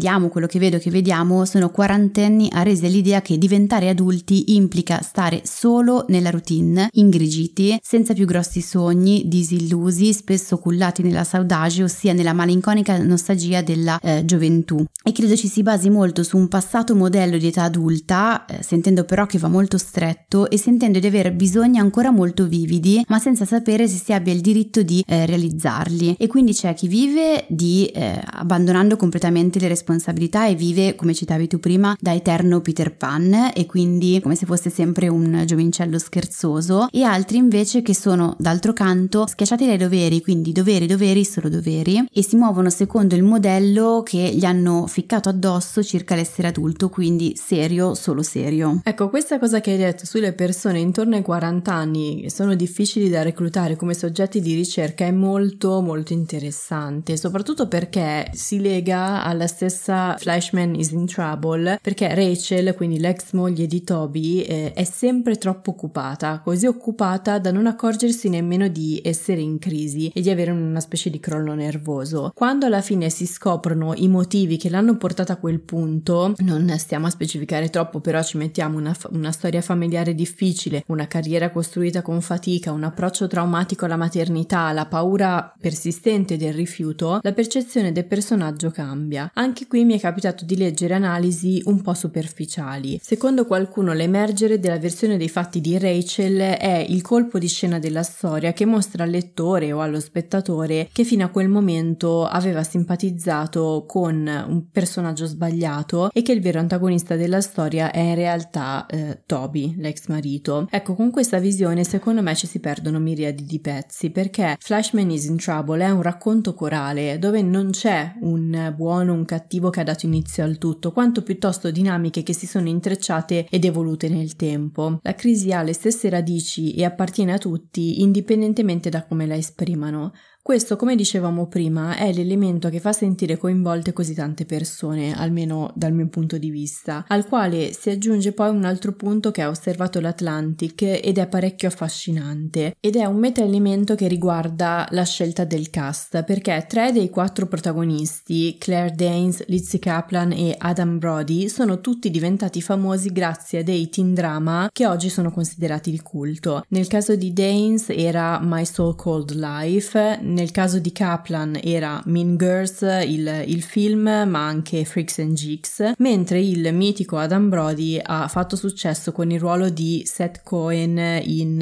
vediamo sono quarantenni arresi all'idea che diventare adulti implica stare solo nella routine, ingrigiti, senza più grossi sogni, disillusi, spesso cullati nella saudade, ossia nella malinconica nostalgia della gioventù. E credo ci si basi molto su un passato modello di età adulta, sentendo però che va molto stretto e sentendo di avere bisogni ancora molto vividi, ma senza sapere se si abbia il diritto di realizzarli. E quindi c'è chi vive abbandonando completamente le responsabilità e vive, come citavi tu prima, da eterno Peter Pan, e quindi come se fosse sempre un giovincello scherzoso, e altri invece che sono d'altro canto schiacciati dai doveri, quindi doveri, solo doveri, e si muovono secondo il modello che gli hanno ficcato addosso circa l'essere adulto, quindi serio, solo serio. Ecco, questa cosa che hai detto sulle persone intorno ai 40 anni che sono difficili da reclutare come soggetti di ricerca è molto molto interessante, soprattutto perché si lega alla stessa Flashman is in Trouble, perché Rachel, quindi l'ex moglie di Toby, è sempre troppo occupata, così occupata da non accorgersi nemmeno di essere in crisi e di avere una specie di crollo nervoso. Quando alla fine si scoprono i motivi che l'hanno portata a quel punto, non stiamo a specificare troppo, però ci mettiamo una storia familiare difficile, una carriera costruita con fatica, un approccio traumatico alla maternità, la paura persistente del rifiuto, la percezione del personaggio cambia. Anche qui mi è capitato di leggere analisi un po' superficiali. Secondo qualcuno l'emergere della versione dei fatti di Rachel è il colpo di scena della storia che mostra al lettore o allo spettatore che fino a quel momento aveva simpatizzato con un personaggio sbagliato e che il vero antagonista della storia è in realtà Toby, l'ex marito. Ecco, con questa visione secondo me ci si perdono miriadi di pezzi, perché Flashman is in Trouble è un racconto corale dove non c'è un buono, un cattivo che ha dato inizio al tutto, quanto piuttosto dinamiche che si sono intrecciate ed evolute nel tempo. La crisi ha le stesse radici e appartiene a tutti indipendentemente da come la esprimano. Questo, come dicevamo prima, è l'elemento che fa sentire coinvolte così tante persone, almeno dal mio punto di vista, al quale si aggiunge poi un altro punto che ha osservato l'Atlantic ed è parecchio affascinante, ed è un meta-elemento che riguarda la scelta del cast, perché 3 dei 4 protagonisti, Claire Danes, Lizzie Kaplan e Adam Brody, sono tutti diventati famosi grazie a dei teen drama che oggi sono considerati di culto. Nel caso di Danes era My So-Called Life, nel caso di Kaplan era Mean Girls, il film, ma anche Freaks and Geeks, mentre il mitico Adam Brody ha fatto successo con il ruolo di Seth Cohen in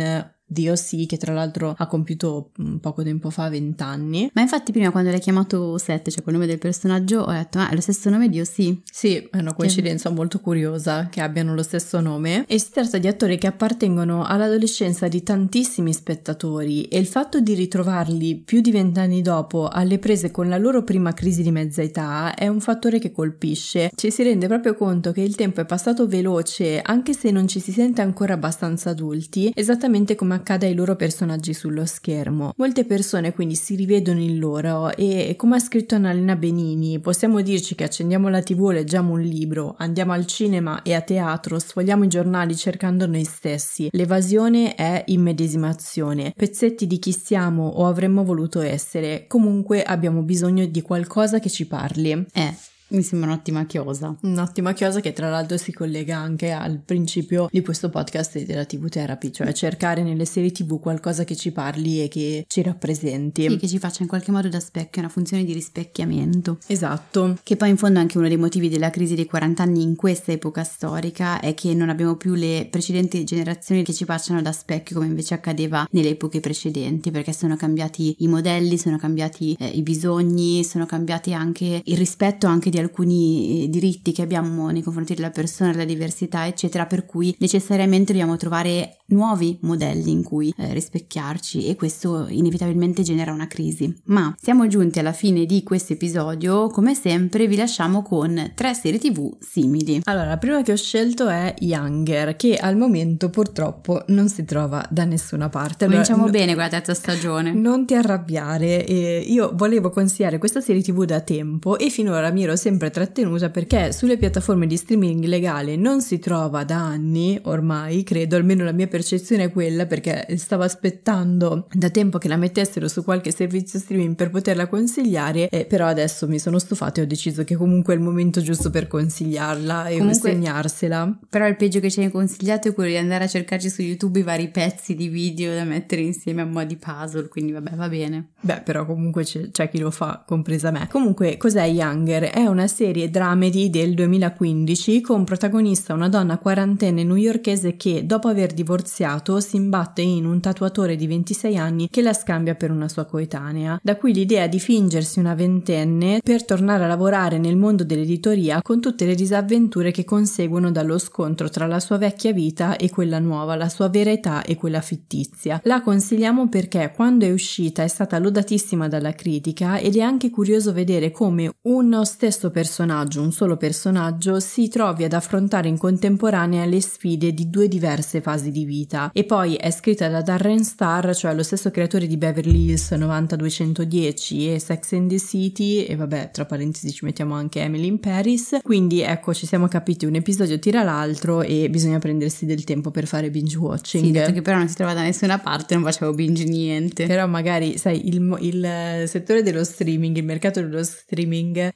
DOC, che tra l'altro ha compiuto poco tempo fa 20 anni. Ma infatti prima quando l'hai chiamato Seth, cioè col nome del personaggio, ho detto è lo stesso nome di DOC? Sì, è una coincidenza molto curiosa che abbiano lo stesso nome, e si tratta di attori che appartengono all'adolescenza di tantissimi spettatori, e il fatto di ritrovarli più di 20 anni dopo alle prese con la loro prima crisi di mezza età è un fattore che colpisce. Ci si rende proprio conto che il tempo è passato veloce, anche se non ci si sente ancora abbastanza adulti, esattamente come accade ai loro personaggi sullo schermo. Molte persone quindi si rivedono in loro e, come ha scritto Annalena Benini, possiamo dirci che accendiamo la TV o leggiamo un libro, andiamo al cinema e a teatro, sfogliamo i giornali cercando noi stessi. L'evasione è immedesimazione, pezzetti di chi siamo o avremmo voluto essere. Comunque abbiamo bisogno di qualcosa che ci parli. Mi sembra un'ottima chiosa. Un'ottima chiosa che tra l'altro si collega anche al principio di questo podcast e della TV Therapy, cioè cercare nelle serie TV qualcosa che ci parli e che ci rappresenti. Sì, che ci faccia in qualche modo da specchio, una funzione di rispecchiamento. Esatto. Che poi in fondo anche uno dei motivi della crisi dei 40 anni in questa epoca storica è che non abbiamo più le precedenti generazioni che ci facciano da specchio come invece accadeva nelle epoche precedenti, perché sono cambiati i modelli, sono cambiati i bisogni, sono cambiati anche il rispetto anche di alcuni diritti che abbiamo nei confronti della persona, della diversità eccetera, per cui necessariamente dobbiamo trovare nuovi modelli in cui rispecchiarci, e questo inevitabilmente genera una crisi. Ma siamo giunti alla fine di questo episodio, come sempre vi lasciamo con 3 serie TV simili. Allora, la prima che ho scelto è Younger, che al momento purtroppo non si trova da nessuna parte. Cominciamo bene con la terza stagione. Non ti arrabbiare, io volevo consigliare questa serie TV da tempo e finora mi ero sempre trattenuta perché sulle piattaforme di streaming legale non si trova da anni ormai, credo, almeno la mia percezione è quella, perché stavo aspettando da tempo che la mettessero su qualche servizio streaming per poterla consigliare, però adesso mi sono stufata e ho deciso che comunque è il momento giusto per consigliarla e segnarsela. Però il peggio che ci hai consigliato è quello di andare a cercarci su YouTube i vari pezzi di video da mettere insieme a mo' di puzzle, quindi vabbè, va bene. Beh, però comunque c'è chi lo fa, compresa me. Comunque, cos'è Younger? È una serie dramedy del 2015 con protagonista una donna quarantenne newyorkese che, dopo aver divorziato, si imbatte in un tatuatore di 26 anni che la scambia per una sua coetanea. Da qui l'idea di fingersi una ventenne per tornare a lavorare nel mondo dell'editoria, con tutte le disavventure che conseguono dallo scontro tra la sua vecchia vita e quella nuova, la sua vera età e quella fittizia. La consigliamo perché quando è uscita è stata lodatissima dalla critica ed è anche curioso vedere come uno stesso personaggio, un solo personaggio, si trovi ad affrontare in contemporanea le sfide di 2 diverse fasi di vita. E poi è scritta da Darren Star, cioè lo stesso creatore di Beverly Hills 90210 e Sex and the City, e vabbè, tra parentesi ci mettiamo anche Emily in Paris. Quindi ecco, ci siamo capiti, un episodio tira l'altro e bisogna prendersi del tempo per fare binge watching. Sì, detto che però non si trova da nessuna parte, non facevo binge niente. Però magari, sai, il settore dello streaming, il mercato dello streaming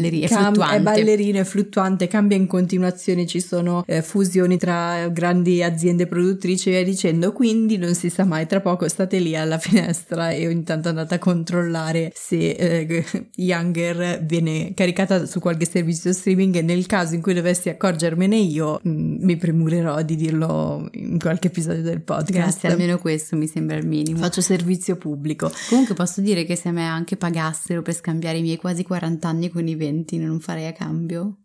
è ballerino, è fluttuante, cambia in continuazione, ci sono fusioni tra grandi aziende produttrici e via dicendo, quindi non si sa mai, tra poco state lì alla finestra e ogni tanto andate a controllare se Younger viene caricata su qualche servizio streaming, e nel caso in cui dovessi accorgermene io mi premurerò di dirlo in qualche episodio del podcast. Grazie, almeno questo mi sembra il minimo. Faccio servizio pubblico. Comunque posso dire che se a me anche pagassero per scambiare i miei quasi 40 anni con i 20 non farei a cambio.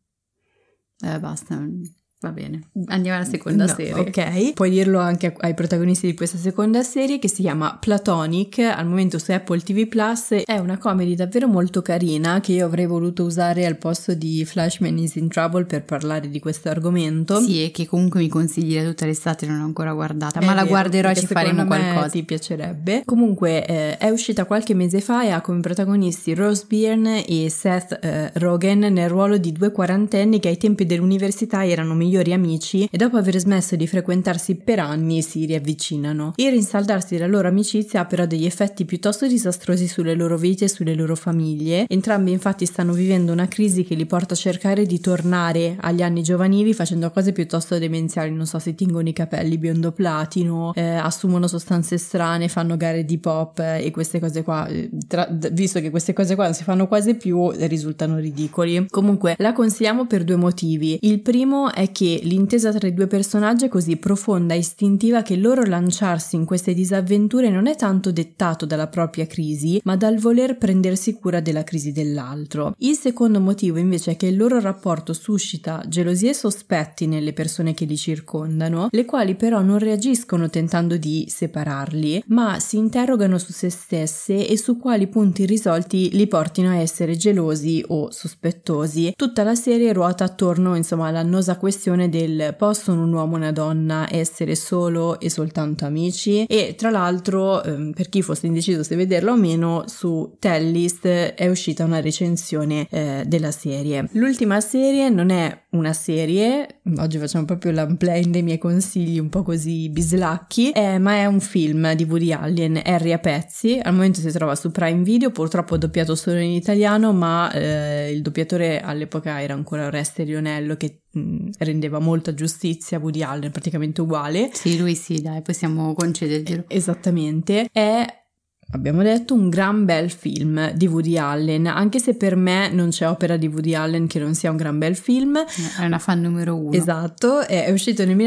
Basta, va bene. Andiamo alla seconda serie. Ok, puoi dirlo anche ai protagonisti di questa seconda serie, che si chiama Platonic, al momento su Apple TV Plus. È una comedy davvero molto carina che io avrei voluto usare al posto di Flashman is in Trouble per parlare di questo argomento. Sì, e che comunque mi consigli da tutta l'estate, non l'ho ancora guardata, ma la guarderò e ci faremo qualcosa. Ti piacerebbe. Comunque è uscita qualche mese fa e ha come protagonisti Rose Byrne e Seth Rogen nel ruolo di 2 quarantenni che ai tempi dell'università erano migliori amici e dopo aver smesso di frequentarsi per anni si riavvicinano. Il rinsaldarsi della loro amicizia ha però degli effetti piuttosto disastrosi sulle loro vite e sulle loro famiglie. Entrambi infatti stanno vivendo una crisi che li porta a cercare di tornare agli anni giovanili facendo cose piuttosto demenziali, non so, si tingono i capelli biondo platino, assumono sostanze strane, fanno gare di pop e queste cose qua, visto che queste cose qua non si fanno quasi più, risultano ridicoli. Comunque la consigliamo per 2 motivi. Il primo è che l'intesa tra i due personaggi è così profonda e istintiva che il loro lanciarsi in queste disavventure non è tanto dettato dalla propria crisi, ma dal voler prendersi cura della crisi dell'altro. Il secondo motivo invece è che il loro rapporto suscita gelosie e sospetti nelle persone che li circondano, le quali però non reagiscono tentando di separarli, ma si interrogano su se stesse e su quali punti irrisolti li portino a essere gelosi o sospettosi. Tutta la serie ruota attorno, insomma, all'annosa questione del: possono un uomo e una donna essere solo e soltanto amici? E tra l'altro, per chi fosse indeciso se vederla o meno, su Tellist è uscita una recensione della serie. L'ultima serie non è una serie, oggi facciamo proprio l'unplane dei miei consigli un po' così bislacchi, ma è un film di Woody Allen, Harry a pezzi. Al momento si trova su Prime Video, purtroppo doppiato solo in italiano, ma il doppiatore all'epoca era ancora Oreste Rionello, che rendeva molta giustizia a Woody Allen, praticamente uguale. Sì, lui sì, dai, possiamo concederglielo. Esattamente. È, abbiamo detto, un gran bel film di Woody Allen, anche se per me non c'è opera di Woody Allen che non sia un gran bel film. È una fan numero 1. Esatto, è uscito nel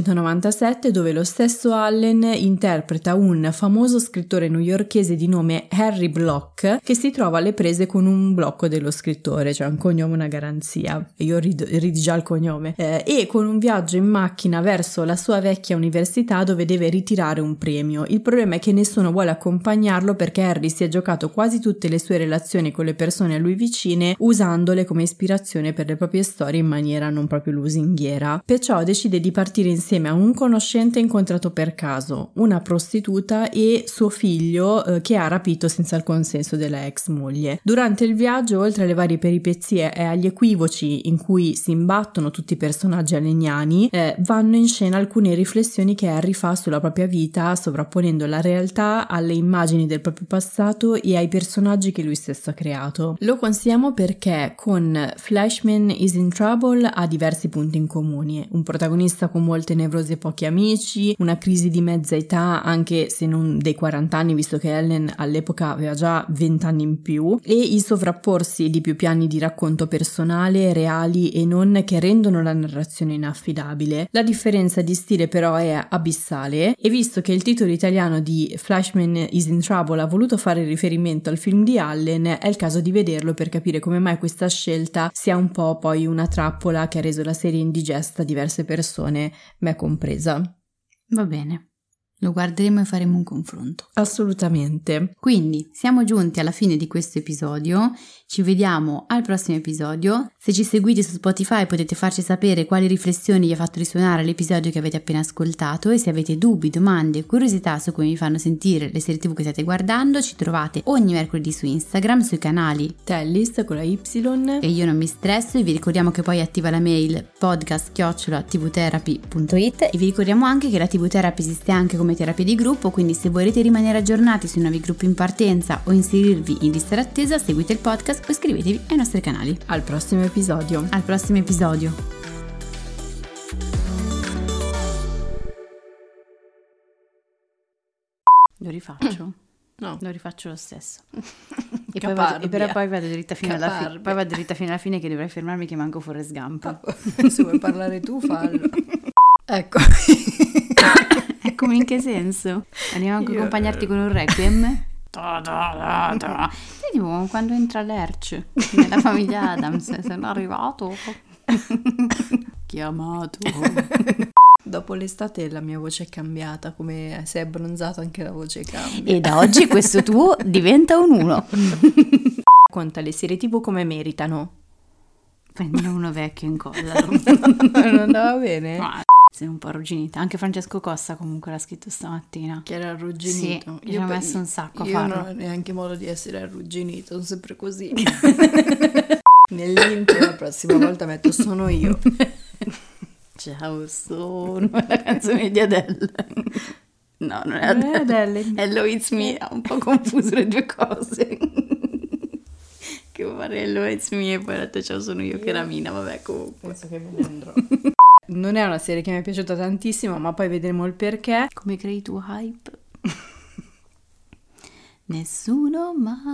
1997, dove lo stesso Allen interpreta un famoso scrittore newyorkese di nome Harry Block, che si trova alle prese con un blocco dello scrittore, cioè un cognome, una garanzia. Io ridi già il cognome. E con un viaggio in macchina verso la sua vecchia università, dove deve ritirare un premio. Il problema è che nessuno vuole accompagnarlo, perché Harry si è giocato quasi tutte le sue relazioni con le persone a lui vicine usandole come ispirazione per le proprie storie in maniera non proprio lusinghiera. Perciò decide di partire insieme a un conoscente incontrato per caso, una prostituta e suo figlio che ha rapito senza il consenso della ex moglie. Durante il viaggio, oltre alle varie peripezie e agli equivoci in cui si imbattono tutti i personaggi aleniani, vanno in scena alcune riflessioni che Harry fa sulla propria vita, sovrapponendo la realtà alle immagini del proprio passato e ai personaggi che lui stesso ha creato. Lo consigliamo perché con Flashman is in Trouble ha diversi punti in comune: un protagonista con molte nevrosi e pochi amici, una crisi di mezza età, anche se non dei 40 anni, visto che Ellen all'epoca aveva già 20 anni in più, e i sovrapporsi di più piani di racconto personale, reali e non, che rendono la narrazione inaffidabile. La differenza di stile però è abissale, e visto che il titolo italiano di Flashman is in Trouble ha voluto fare riferimento al film di Allen, è il caso di vederlo per capire come mai questa scelta sia un po' poi una trappola che ha reso la serie indigesta a diverse persone, me compresa. Va bene, lo guarderemo e faremo un confronto. Assolutamente. Quindi siamo giunti alla fine di questo episodio, ci vediamo al prossimo episodio. Se ci seguite su Spotify potete farci sapere quali riflessioni vi ha fatto risuonare l'episodio che avete appena ascoltato, e se avete dubbi, domande o curiosità su come vi fanno sentire le serie TV che state guardando, ci trovate ogni mercoledì su Instagram, sui canali Tellist con la Y e Io non mi stresso, e vi ricordiamo che poi attiva la mail podcast@tvtherapy.it, e vi ricordiamo anche che la TV Therapy esiste anche come terapia di gruppo, quindi se volete rimanere aggiornati sui nuovi gruppi in partenza o inserirvi in lista d'attesa, seguite il podcast o iscrivetevi ai nostri canali. Al prossimo episodio. Al prossimo episodio. Lo rifaccio? No. Lo rifaccio lo stesso. E poi vado dritta fino alla fine. Poi vado dritta fino alla fine, che dovrei fermarmi, che manco Forrest Gump. Se vuoi parlare tu, fallo. Ecco. Come, in che senso? Andiamo anche a accompagnarti con un requiem? Sì, tipo quando entra Lerch nella famiglia Adams. Sono arrivato. Chiamato. Dopo l'estate la mia voce è cambiata, come se è abbronzato anche la voce cambia. E da oggi questo tuo diventa un 1. Conta le serie TV come meritano. Prendere uno vecchio in collaro. Non andava bene? Sei un po' arrugginita. Anche Francesco Costa comunque l'ha scritto stamattina. Che era arrugginito. Sì, io ho messo un sacco a farlo. Io non ho neanche modo di essere arrugginito, sono sempre così. Nell'intro la prossima volta metto sono io. Ciao, sono la canzone di Adele. No, non è Adele. Hello, it's me. Ha un po' confuso le due cose. Che fare Hello, it's me e poi ha detto ciao, sono io che era Mina. Vabbè, comunque. Penso che me ne andrò. Non è una serie che mi è piaciuta tantissimo, ma poi vedremo il perché. Come crei tu hype? Nessuno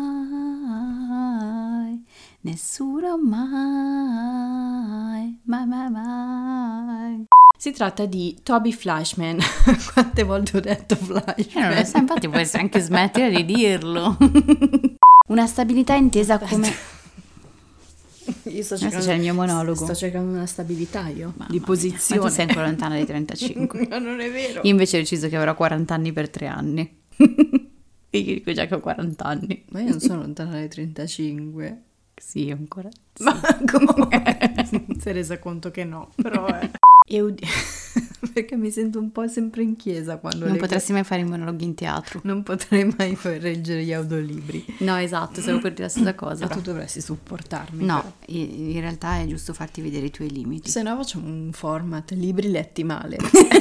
mai. Si tratta di Toby Fleischman. Quante volte ho detto Fleischman? Non lo so, infatti puoi anche smettere di dirlo. Una stabilità intesa come... Io sto Adesso c'è il mio monologo. Sto cercando una stabilità io, Mamma di posizione. Ma tu sei ancora lontana dai 35. Ma non è vero. Io invece ho deciso che avrò 40 anni per 3 anni. E io dico già che ho 40 anni. Ma io non sono lontana dai 35. Sì, ancora. Sì. Ma come? Si è resa conto che no, però è... Perché mi sento un po' sempre in chiesa quando non potresti mai fare i monologhi in teatro. Non potrei mai leggere gli audiolibri. No, esatto, stavo per dire la stessa cosa. Ma tu dovresti supportarmi. No, in realtà è giusto farti vedere i tuoi limiti. Se no facciamo un format libri letti male.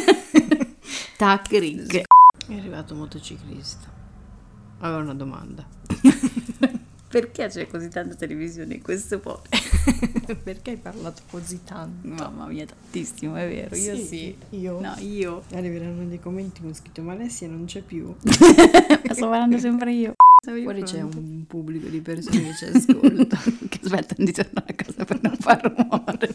Tac, rig. È arrivato un motociclista. Avevo una domanda. Perché c'è così tanta televisione in questo podcast? Perché hai parlato così tanto? Mamma mia, tantissimo, è vero. Io sì. Io? No, io. Arriveranno dei commenti con scritto ma Alessia non c'è più. Sto parlando sempre io. Fuori c'è un pubblico di persone che ci ascolta. Che aspettano di tornare a casa per non far rumore.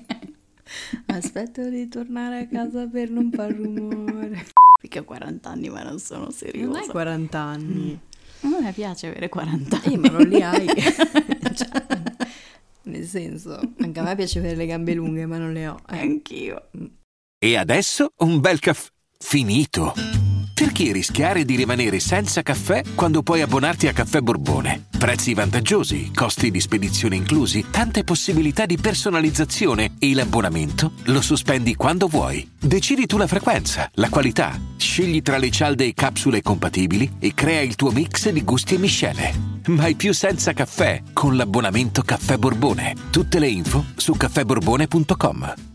Aspetto di tornare a casa per non far rumore. Perché ho 40 anni ma non sono seriosa. Non hai 40 anni. Non mi piace avere 40 anni. Ma non li hai. Cioè, nel senso, anche a me piace avere le gambe lunghe, ma non le ho. Anch'io. E adesso un bel caffè finito. Perché rischiare di rimanere senza caffè quando puoi abbonarti a Caffè Borbone? Prezzi vantaggiosi, costi di spedizione inclusi, tante possibilità di personalizzazione e l'abbonamento lo sospendi quando vuoi. Decidi tu la frequenza, la qualità, scegli tra le cialde e capsule compatibili e crea il tuo mix di gusti e miscele. Mai più senza caffè con l'abbonamento Caffè Borbone. Tutte le info su caffèborbone.com.